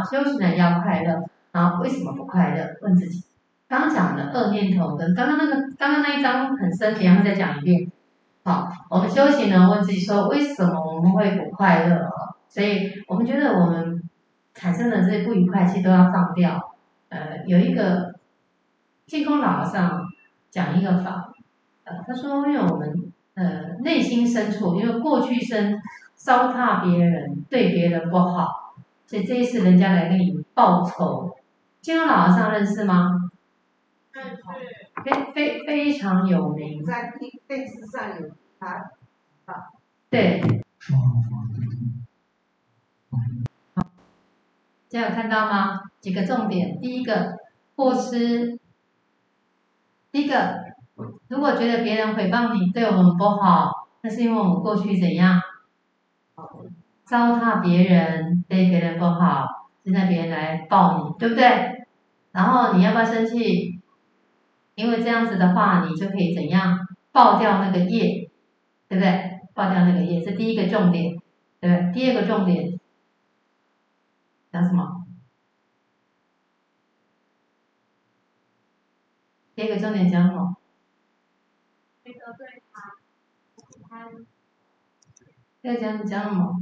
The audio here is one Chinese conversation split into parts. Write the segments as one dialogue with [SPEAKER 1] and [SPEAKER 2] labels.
[SPEAKER 1] 修行人要快乐，然后为什么不快乐？问自己。刚刚讲的恶念头跟刚刚那一章很深，别人再讲一遍。好，我们修行人问自己说，为什么我们会不快乐？所以我们觉得我们产生的这些不愉快，其实都要放掉。有一个净空老和尚讲一个法，他说，因为我们内心深处，因为过去生糟蹋别人，对别人不好，所以这一次人家来跟你报仇。净空老和尚认识吗？非常有名，
[SPEAKER 2] 在电视上有他。
[SPEAKER 1] 对。这样有看到吗？几个重点，第一个过失，第一个，如果觉得别人诽谤你，对我们不好，那是因为我们过去怎样糟蹋别人，对别人不好，现在别人来报你，对不对？然后你要不要生气？因为这样子的话，你就可以怎样爆掉那个业，对不对？爆掉那个业，这第一个重点，对不对？第二个重点讲什么？第二个重点讲什么？
[SPEAKER 3] 没得罪他，
[SPEAKER 1] 第二个讲什么？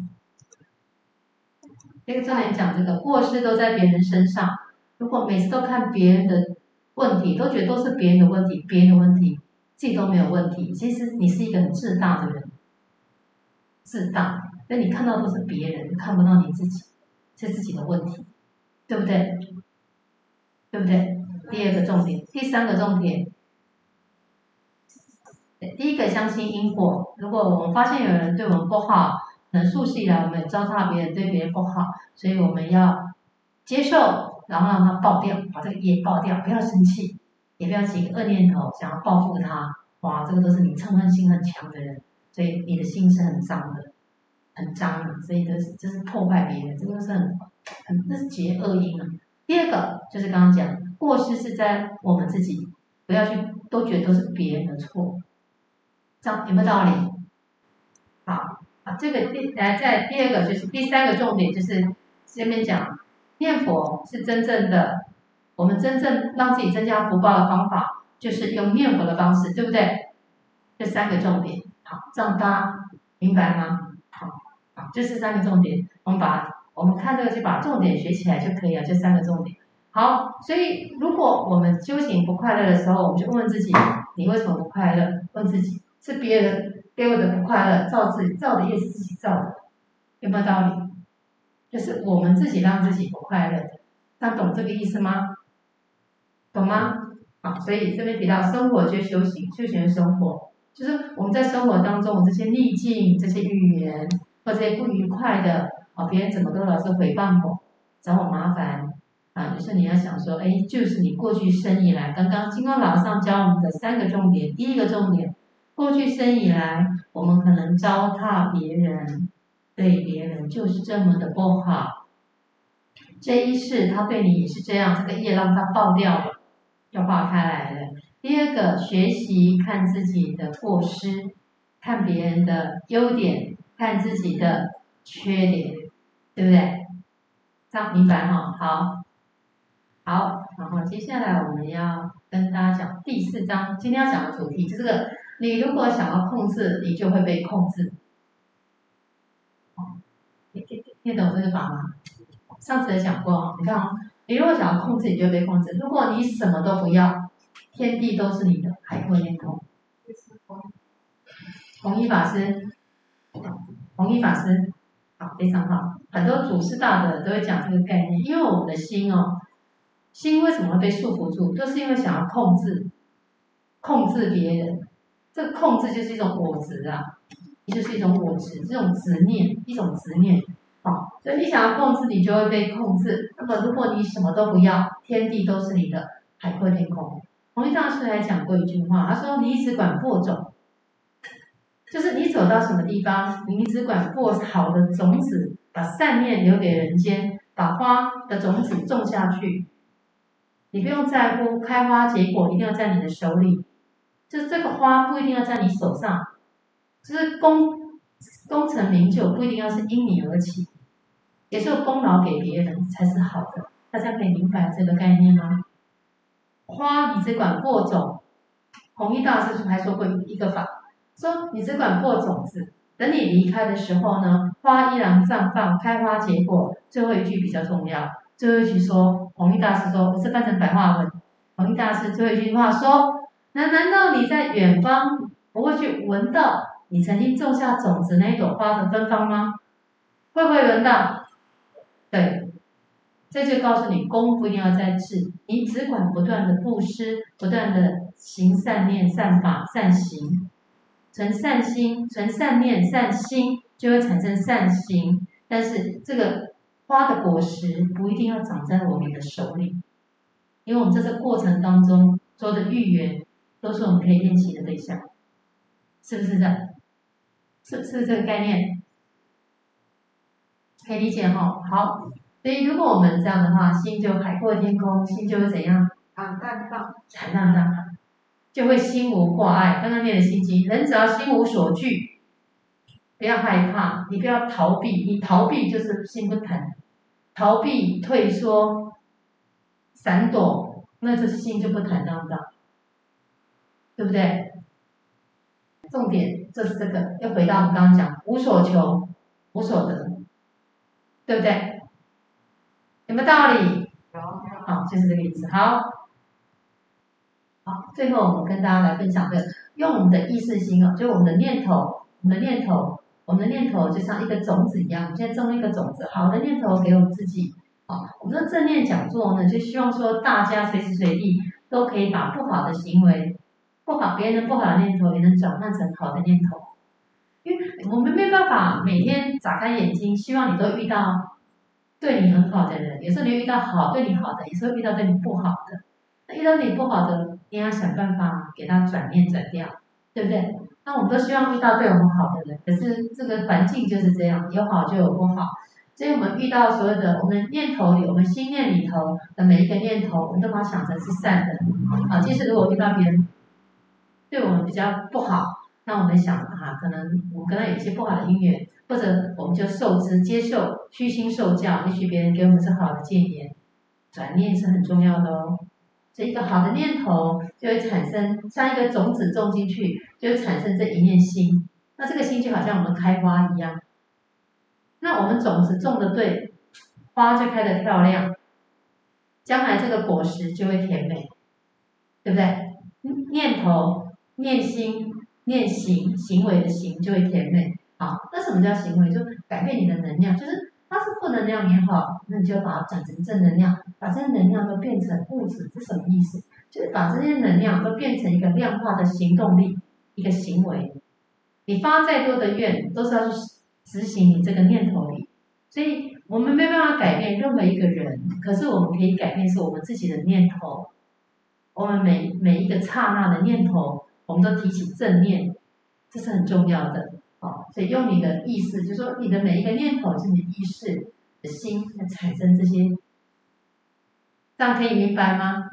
[SPEAKER 1] 第二个重点讲这个过失都在别人身上。如果每次都看别人的问题，都觉得都是别人的问题，别人的问题，自己都没有问题，其实你是一个很自大的人，自大，那你看到都是别人，看不到你自己，是自己的问题，对不对？对不对？第二个重点，第三个重点。第一个相信因果，如果我们发现有人对我们不好，可能数世以来我们糟蹋别人，对别人不好，所以我们要接受，然后让他爆掉，把这个业爆掉，不要生气，也不要起恶念头，想要报复他。哇，这个都是你嗔恨心很强的人，所以你的心是很脏的，很脏的，所以这是破坏别人，这个是这是结恶因啊。第二个就是刚刚讲，过失是在我们自己，不要去都觉得都是别人的错。这样有没有道理？好，这个再第二个就是第三个重点，就是这边讲念佛是真正的，我们真正让自己增加福报的方法，就是用念佛的方式，对不对？这三个重点，好，这样大家明白吗？好，这是三个重点，我们看这个就把重点学起来就可以了，这三个重点。好，所以如果我们修行不快乐的时候，我们就问自己，你为什么不快乐？问自己。是别人给我的不快乐，造的业是自己造的，有没有道理？就是我们自己让自己不快乐的，大家懂这个意思吗？懂吗？好，所以这边提到生活就是修行，修行的生活，就是我们在生活当中这些逆境、这些语言或这些不愉快的，别人怎么都老是诽谤我，找我麻烦。就是你要想说，就是你过去生以来，刚刚金光老上教我们的三个重点，第一个重点。过去生以来，我们可能糟蹋别人，对别人就是这么的不好。这一世他对你也是这样，这个业让他爆掉了，就化开来了。第二个，学习看自己的过失，看别人的优点，看自己的缺点，对不对？这样明白哈？好，然后接下来我们要跟大家讲第四章，今天要讲的主题就是这个。你如果想要控制，你就会被控制。听懂这个法吗？上次也讲过，你看你如果想要控制，你就会被控制。如果你什么都不要，天地都是你的，海阔天空。弘一法师，好，非常好。很多祖师大德都会讲这个概念，因为我们的心心为什么会被束缚住？就是因为想要控制别人。这个控制就是一种我执啊，就是一种我执，这种执念，一种执念。好，所以你想要控制，你就会被控制。那么如果你什么都不要，天地都是你的，海阔天空。弘一大师还讲过一句话，他说：“你只管播种，就是你走到什么地方，你只管播好的种子，把善念留给人间，把花的种子种下去。你不用在乎开花结果一定要在你的手里。”就是这个花不一定要在你手上，就是功成名就不一定要是因你而起， 也是功劳给别人才是好的。大家可以明白这个概念吗？花你只管播种，弘一大师还说过一个法，说你只管播种子，等你离开的时候呢，花依然绽放，开花结果。最后一句比较重要，最后一句说，弘一大师说，我是翻成白话文，弘一大师最后一句话说，难道你在远方不会去闻到你曾经种下种子那一朵花的芬芳吗？会不会闻到？对，这就告诉你，功夫一定要在治，你只管不断的布施，不断的行善念、善法、善行，存善心、存善念、善心，就会产生善行。但是这个花的果实不一定要长在我们的手里，因为我们在这过程当中做的预言，都是我们可以练习的对象，是不是这样？是这个概念？可以理解哈？好。所以，如果我们这样的话，心就海阔天空，心就会怎样？
[SPEAKER 2] 坦荡荡，
[SPEAKER 1] 坦荡荡，就会心无挂碍。刚刚念的心经，人只要心无所惧，不要害怕，你不要逃避，你逃避就是心不坦，逃避、退缩、闪躲，那就是心就不坦荡荡，对不对？重点就是这个，要回到我们刚刚讲，无所求，无所得，对不对？有没有道理？
[SPEAKER 2] 有，
[SPEAKER 1] 好，就是这个意思。好，最后我们跟大家来分享的，用我们的意识心就我们的念头，我们的念头就像一个种子一样，我们现在种一个种子，好的念头给我们自己。我们的正念讲座呢，就希望说大家随时随地都可以把不好的行为、别人不好的念头，也能转换成好的念头。因为我们没办法每天眨开眼睛，希望你都遇到对你很好的人，有时候你会遇到对你好的，有时候遇到对你不好的。那遇到对你不好的，你要想办法给他转念转掉，对不对？那我们都希望遇到对我们好的人，可是这个环境就是这样，有好就有不好。所以我们遇到所有的我们念头里，我们心念里头的每一个念头，我们都把它想成是善的。其实如果遇到别人对我们比较不好，那我们想可能我们跟他有一些不好的因缘，或者我们就受之接受，虚心受教，也许别人给我们是好的建言，转念是很重要的哦。所以一个好的念头就会产生，像一个种子种进去，就会产生这一念心。那这个心就好像我们开花一样，那我们种子种的对，花就开得漂亮，将来这个果实就会甜美，对不对？念头、念心、念行，行为的行就会甜美。好，那什么叫行为？就改变你的能量，就是它是负能量也好，那你就把它转成正能量，把这些能量都变成物质，这什么意思？就是把这些能量都变成一个量化的行动力，一个行为。你发再多的愿，都是要去执行你这个念头里。所以我们没办法改变任何一个人，可是我们可以改变是我们自己的念头。我们每一个刹那的念头，我们都提起正念，这是很重要的。所以用你的意识，就是说你的每一个念头是你的意识的心来产生这些，这样可以明白吗？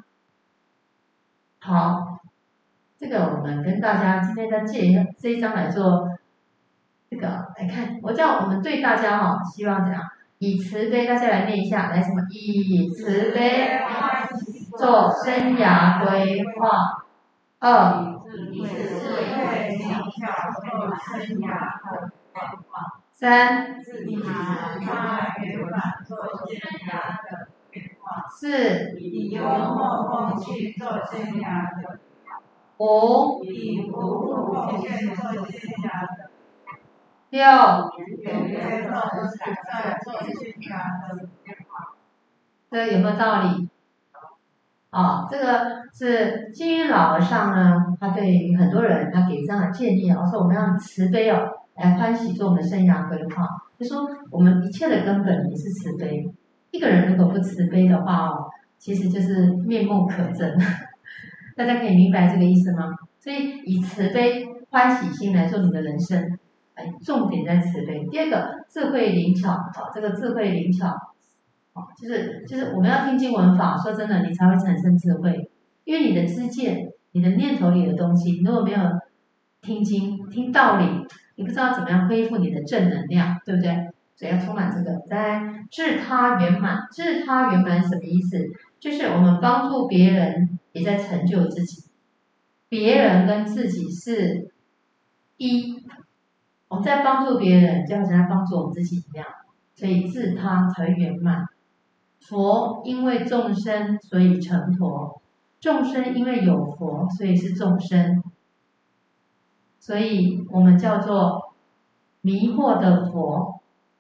[SPEAKER 1] 好，这个我们跟大家今天再借这一章来做这个来看，我们对大家希望怎样？以慈悲，大家来念一下，来什么？以慈悲做生涯规划。2，
[SPEAKER 2] 以智慧灵巧做生涯的规划。
[SPEAKER 1] 3，
[SPEAKER 2] 以禅发圆满做生涯的规划。
[SPEAKER 1] 4，
[SPEAKER 2] 以幽默风趣做生涯的
[SPEAKER 1] 5，
[SPEAKER 2] 以无物奉献做生涯的
[SPEAKER 1] 6，
[SPEAKER 2] 远约做彩在做生涯的规划。
[SPEAKER 1] 这有没有道理？这个是金云老和尚呢，他对于很多人，他给这样的建议说我们要慈悲来欢喜做我们的生涯规划。就说我们一切的根本也是慈悲，一个人如果不慈悲的话其实就是面目可憎。大家可以明白这个意思吗？所以以慈悲欢喜心来做你的人生，重点在慈悲。第二个，智慧灵巧，这个智慧灵巧。就是我们要听经闻法，说真的，你才会产生智慧。因为你的知见、你的念头里的东西，如果没有听经、听道理，你不知道怎么样恢复你的正能量，对不对？ 所以要充满这个。再自他圆满，自他圆满什么意思？就是我们帮助别人，也在成就自己。别人跟自己是一，我们在帮助别人，就好像在帮助我们自己一样。所以自他才会圆满。佛因为众生，所以成佛；众生因为有佛，所以是众生。所以我们叫做迷惑的佛，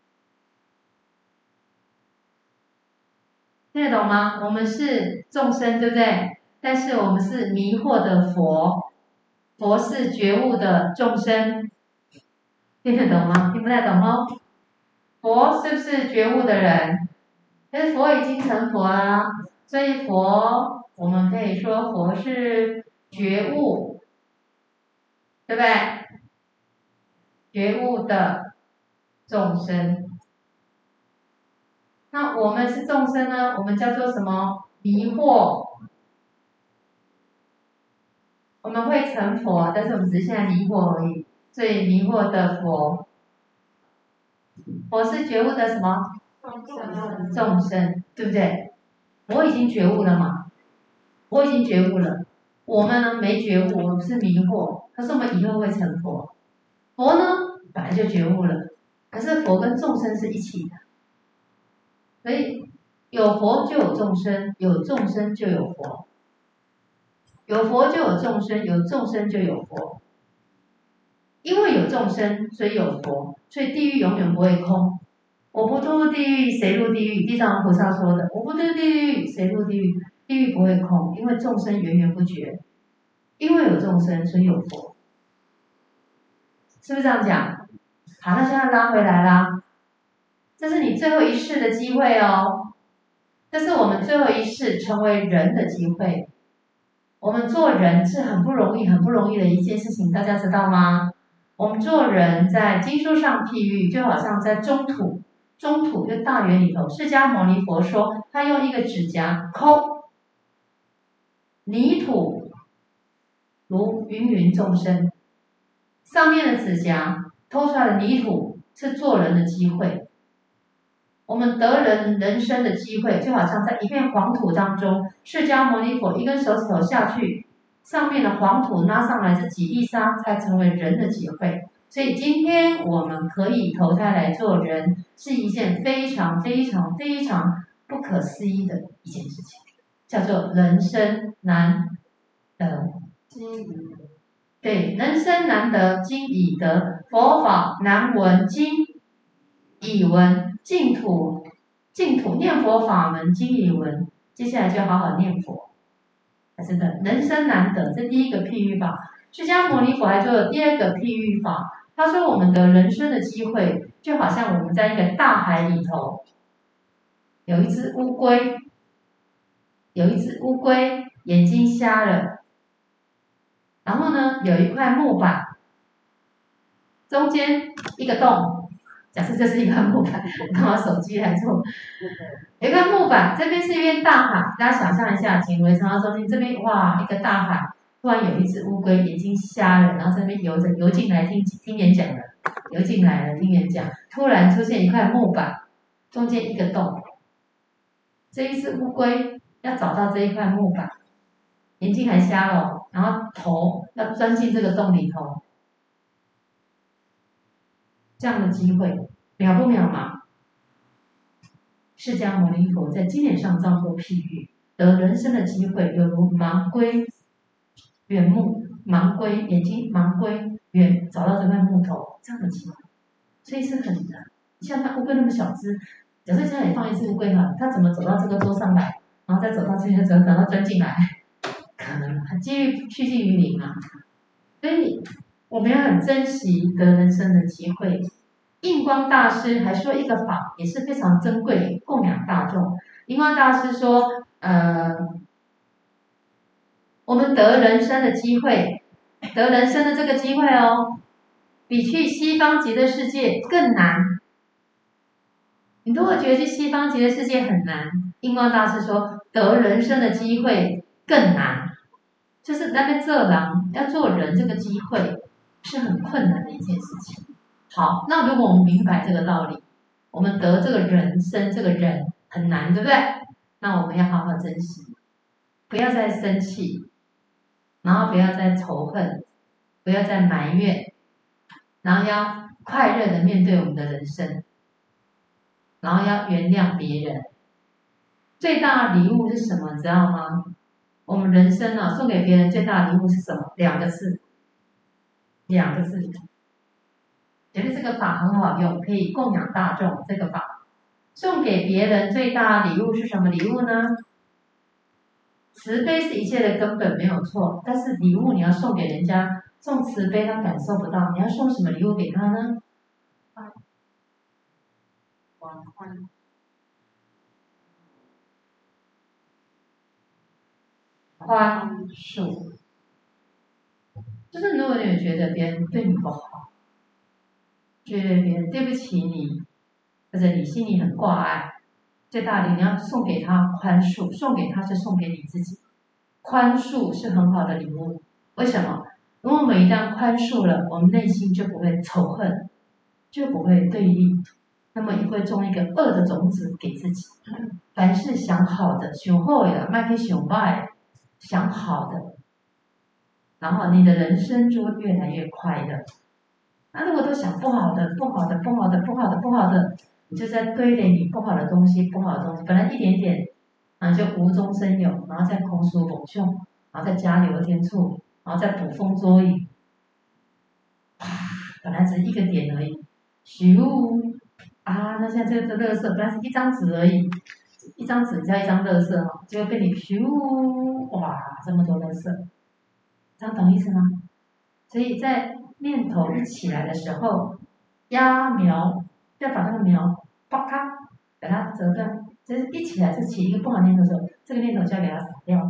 [SPEAKER 1] 听得懂吗？我们是众生，对不对？但是我们是迷惑的佛，佛是觉悟的众生，听得懂吗？听不太懂哦。佛是不是觉悟的人？但是佛已经成佛了，所以佛我们可以说佛是觉悟，对不对？觉悟的众生。那我们是众生呢？我们叫做什么？迷惑。我们会成佛，但是我们只是现在迷惑而已。所以迷惑的佛，佛是觉悟的什么？众生，对不对？我已经觉悟了嘛？我已经觉悟了。我们呢没觉悟，我们是迷惑。可是我们以后会成佛。佛呢本来就觉悟了，可是佛跟众生是一起的。所以有佛就有众生，有众生就有佛。有佛就有众生，有众生就有佛。因为有众生，所以有佛，所以地狱永远不会空。我不入地狱，谁入地狱？地藏王菩萨说的。我不入地狱，谁入地狱？地狱不会空，因为众生源源不绝。因为有众生，所以有佛。是不是这样讲？好，那现在拉回来啦。这是你最后一世的机会哦。这是我们最后一世成为人的机会。我们做人是很不容易、很不容易的一件事情，大家知道吗？我们做人在经书上譬喻，就好像在中土，中土就大圆里头，释迦牟尼佛说，他用一个指甲抠泥土，如芸芸众生，上面的指甲抠出来的泥土是做人的机会。我们得人生的机会，就好像在一片黄土当中，释迦牟尼佛一根手指头下去，上面的黄土拉上来是几粒沙，才成为人的机会。所以今天我们可以投胎来做人，是一件非常非常非常不可思议的一件事情，叫做人生难得。对，人生难得今已得，佛法难闻今已闻。净土念佛法门今已闻，接下来就好好念佛。真的，人生难得，这第一个譬喻法。释迦牟尼佛还做了第二个譬喻法，他说我们的人生的机会，就好像我们在一个大海里头，有一只乌龟眼睛瞎了，然后呢有一块木板，中间一个洞。假设这是一块木板，我看我手机来做。有一块木板，这边是一片大海，大家想象一下，请回肠道中心这边，哇，一个大海，突然有一只乌龟眼睛瞎了，然后这边游进来听演讲了，游进来了听演讲，突然出现一块木板，中间一个洞，这一只乌龟要找到这一块木板，眼睛还瞎了，然后头要钻进这个洞里头。这样的机会渺不渺茫？释迦牟尼佛在经典上造作譬喻，得人生的机会，犹如盲龟圆木，盲龟眼睛盲龟圆找到这块木头这样的机会，所以是很难。像它乌龟那么小只，假设家里放一只乌龟哈，它怎么走到这个桌上来，然后再走到这边，走到钻进来？可能几率趋近于零啊。所以我们要很珍惜得人生的机会。印光大师还说一个法也是非常珍贵，供养大众。印光大师说，我们得人生的机会，得人生的这个机会哦，比去西方极乐世界更难。你如果觉得去西方极乐世界很难，印光大师说得人生的机会更难，就是那边做人要做人这个机会是很困难的一件事情。好，那如果我们明白这个道理， 我们得这个人生，这个人很难，对不对？那我们要好好珍惜，不要再生气，然后不要再仇恨，不要再埋怨，然后要快乐的面对我们的人生，然后要原谅别人。最大的礼物是什么？你知道吗？我们人生啊，送给别人最大的礼物是什么？两个字，两个字。觉得这个法很好用，可以供养大众。这个法送给别人最大的礼物是什么礼物呢？慈悲是一切的根本，没有错。但是礼物你要送给人家，送慈悲他感受不到，你要送什么礼物给他呢？
[SPEAKER 2] 广宽
[SPEAKER 1] 恕。就是如果你觉得别人对你不好，觉得别人对不起你，或者你心里很挂碍，最大的你要送给他宽恕，送给他是送给你自己。宽恕是很好的礼物，为什么？因为我们一旦宽恕了，我们内心就不会仇恨，就不会对立，那么也会种一个恶的种子给自己。凡是想好的、想好的，迈去想坏，想好的，然后你的人生就会越来越快乐。那如果都想不好的、不好的、不好的、不好的、不好的，你就在堆垒你不好的东西、不好的东西，本来一点点，就无中生有，然后再空疏猛凶，然后再加油添醋，然后再捕风捉影，本来只是一个点而已，咻啊！那现在这个垃圾本来是一张纸而已，一张纸加一张垃圾哈，结果被你咻哇这么多垃圾，这样懂意思吗？所以在念头一起来的时候，压苗要把那个苗啪咔给它折断，就是一起来是起一个不好念头的时候，这个念头就要给它扫掉，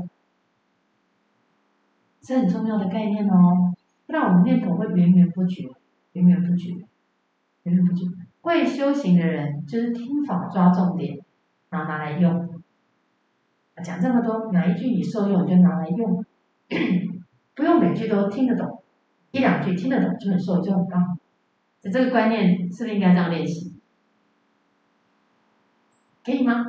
[SPEAKER 1] 这很重要的概念哦，不然我们念头会源源不绝，源源不绝，源源不绝。会修行的人就是听法抓重点，然后拿来用。讲这么多，哪一句你受用你就拿来用，不用每句都听得懂，一两句听得懂就很受，就很棒。这个观念是不是应该这样练习？可以吗？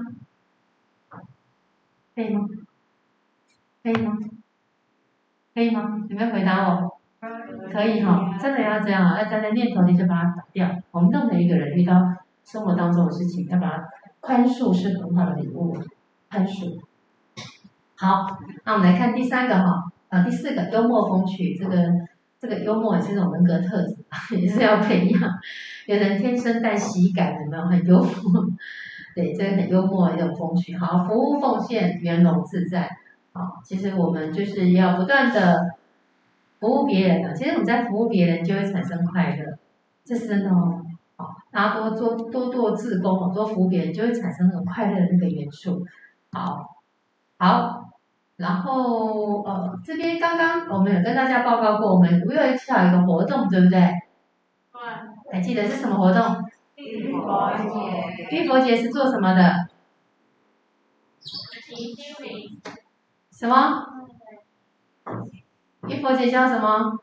[SPEAKER 1] 可以吗？可以吗？可以吗？有没有回答我？可以哈，真的要这样啊！要站在念头里就把它打掉。我们任何一个人遇到生活当中的事情，要把它宽恕是很好的礼物，宽恕。好，那我们来看第三个哈，第四个幽默风趣，这个幽默也是一种人格特质，也是要培养。有人天生带喜感，有没有很幽默？对，这个很幽默一种风趣。好，服务奉献，圆融自在。好，其实我们就是要不断的服务别人的。其实我们在服务别人就会产生快乐，这是真的哦。好，大家多做志工，多服务别人就会产生那种快乐的那个元素。好，然后这边刚刚我们有跟大家报告过，我们5月7号有一个活动，对不对？
[SPEAKER 3] 对。
[SPEAKER 1] 还记得是什么活动？
[SPEAKER 2] 浴佛节。
[SPEAKER 1] 浴佛节是做什么的？
[SPEAKER 3] 提心灵。
[SPEAKER 1] 什么？浴佛节叫什么？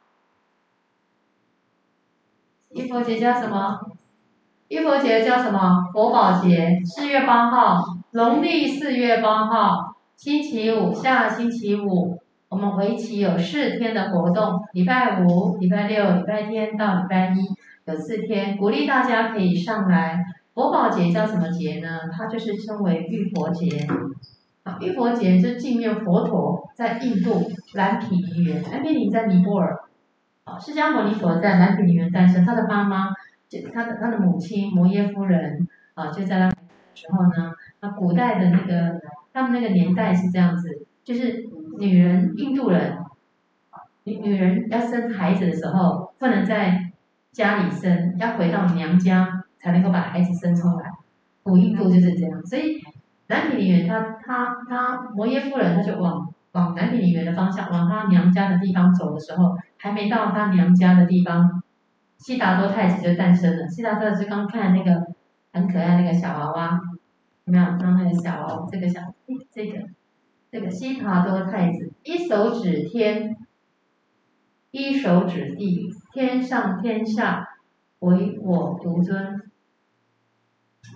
[SPEAKER 1] 浴佛节叫什么？浴佛节叫什么？佛宝节，4月8号，农历4月8号，星期五，下星期五，我们为期有4天的活动，礼拜五、礼拜六、礼拜天到礼拜一，有4天，鼓励大家可以上来。佛宝节叫什么节呢？它就是称为浴佛节。浴佛节是纪念佛陀在印度蓝毗尼园，蓝毗尼在尼泊尔。释迦牟尼佛在蓝毗尼园诞生，他的妈妈，他的母亲摩耶夫人就在那时候呢，古代的那个他们那个年代是这样子，就是女人印度人，女人要生孩子的时候不能在家里生，要回到娘家才能够把孩子生出来。古印度就是这样，所以蓝毗尼园他摩耶夫人他就往蓝毗尼园的方向，往他娘家的地方走的时候，还没到他娘家的地方，悉达多太子就诞生了。悉达多是刚看那个很可爱那个小娃娃，有没有？刚那个小娃娃，这个悉达多太子，一手指天，一手指地，天上天下唯我独尊。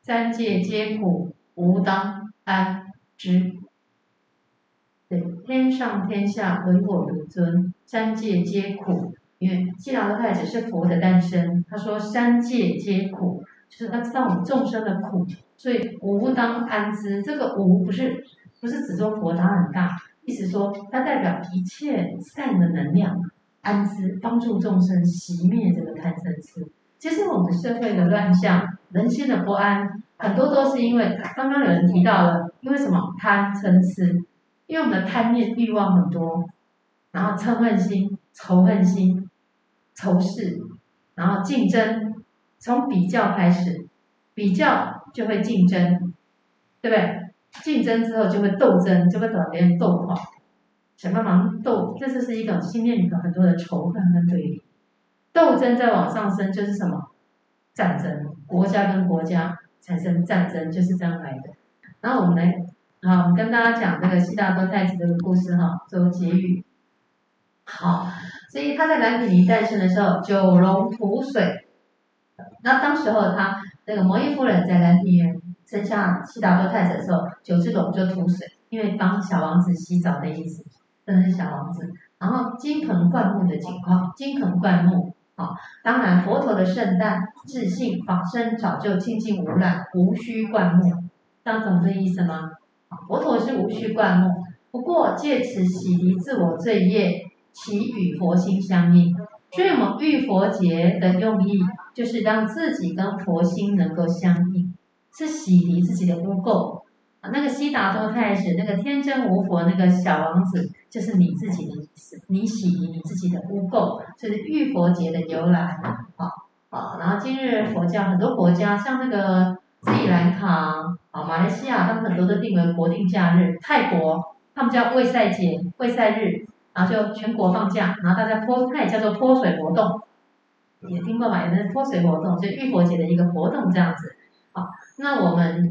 [SPEAKER 1] 三界皆苦，吾当安之。对，天上天下唯我独尊，三界皆苦。因为悉达多太子是佛的诞生，他说三界皆苦，就是他知道我们众生的苦，所以吾当安之。这个吾不是只说佛他很大，意思说它代表一切善的能量，安之帮助众生熄灭这个贪嗔痴。其实我们社会的乱象，人心的不安，很多都是因为刚刚有人提到了，因为什么贪嗔痴，因为我们的贪念欲望很多，然后嗔恨心、仇恨心、仇视，然后竞争，从比较开始，比较就会竞争，对不对？竞争之后就会斗争，就会把别人斗垮，想办法斗，这就是一种心念里头很多的仇恨跟对立。斗争再往上升就是什么？战争，国家跟国家产生战争就是这样来的。然后我们来，我们跟大家讲这个悉达多太子这个故事哈，做结语。好，所以他在蓝毗尼诞生的时候，九龙吐水。那当时候他那个摩耶夫人在蓝毗尼生下悉达多太子的时候，九只龙就吐水，因为帮小王子洗澡的意思，真的是小王子。然后金盆灌木的情况，金盆灌木。当然佛陀的圣诞、自信、法身早就清净无染，无需灌木，这样懂这意思吗？佛陀是无需灌木，不过借此洗涤自我罪业，其与佛心相应。所以我们浴佛节的用意，就是让自己跟佛心能够相应，是洗涤自己的污垢。那个悉达多太子，那个天真无佛那个小王子，就是你自己的意思，你洗涤你自己的污垢，就是浴佛节的由来。然后今日佛教很多国家，像那个斯里兰卡、马来西亚，他们很多都定为国定假日。泰国他们叫卫赛节、卫赛日，然后就全国放假，然后大家它也叫做泼水活动，也听过吧？有泼水活动，就浴佛节的一个活动这样子。那我们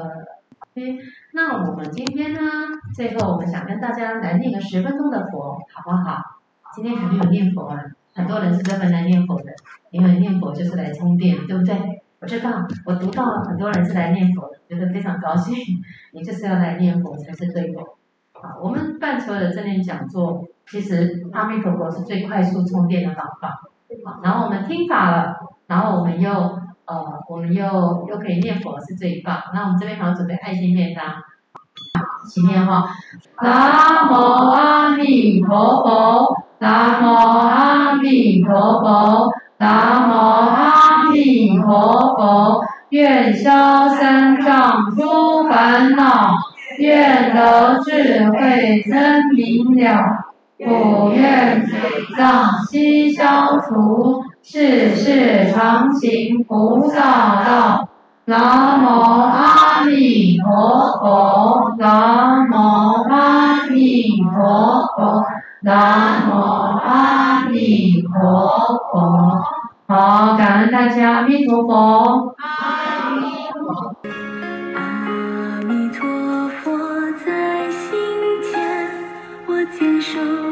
[SPEAKER 1] 那我们今天呢，最后我们想跟大家来念个10分钟的佛，好不好？今天还没有念佛啊，很多人是专门来念佛的，因为念佛就是来充电，对不对？我知道，我读到了很多人是来念佛的，觉得非常高兴。你就是要来念佛才是对的。我们办所有的正念讲座，其实阿弥陀佛是最快速充电的方法。然后我们听法了，然后我们又可以念佛，是最棒。那我们这边还要准备爱心便当，一起念哈。南无阿弥陀佛，南无阿弥陀佛，南无阿弥陀佛。愿消三障诸烦恼，愿得智慧真明了。普愿罪障悉消除，世世常行菩萨道。南无阿弥陀佛，南无阿弥陀佛，南无阿弥陀佛。好，感恩大家，阿弥陀佛。
[SPEAKER 2] 阿弥陀佛在心间，我坚守。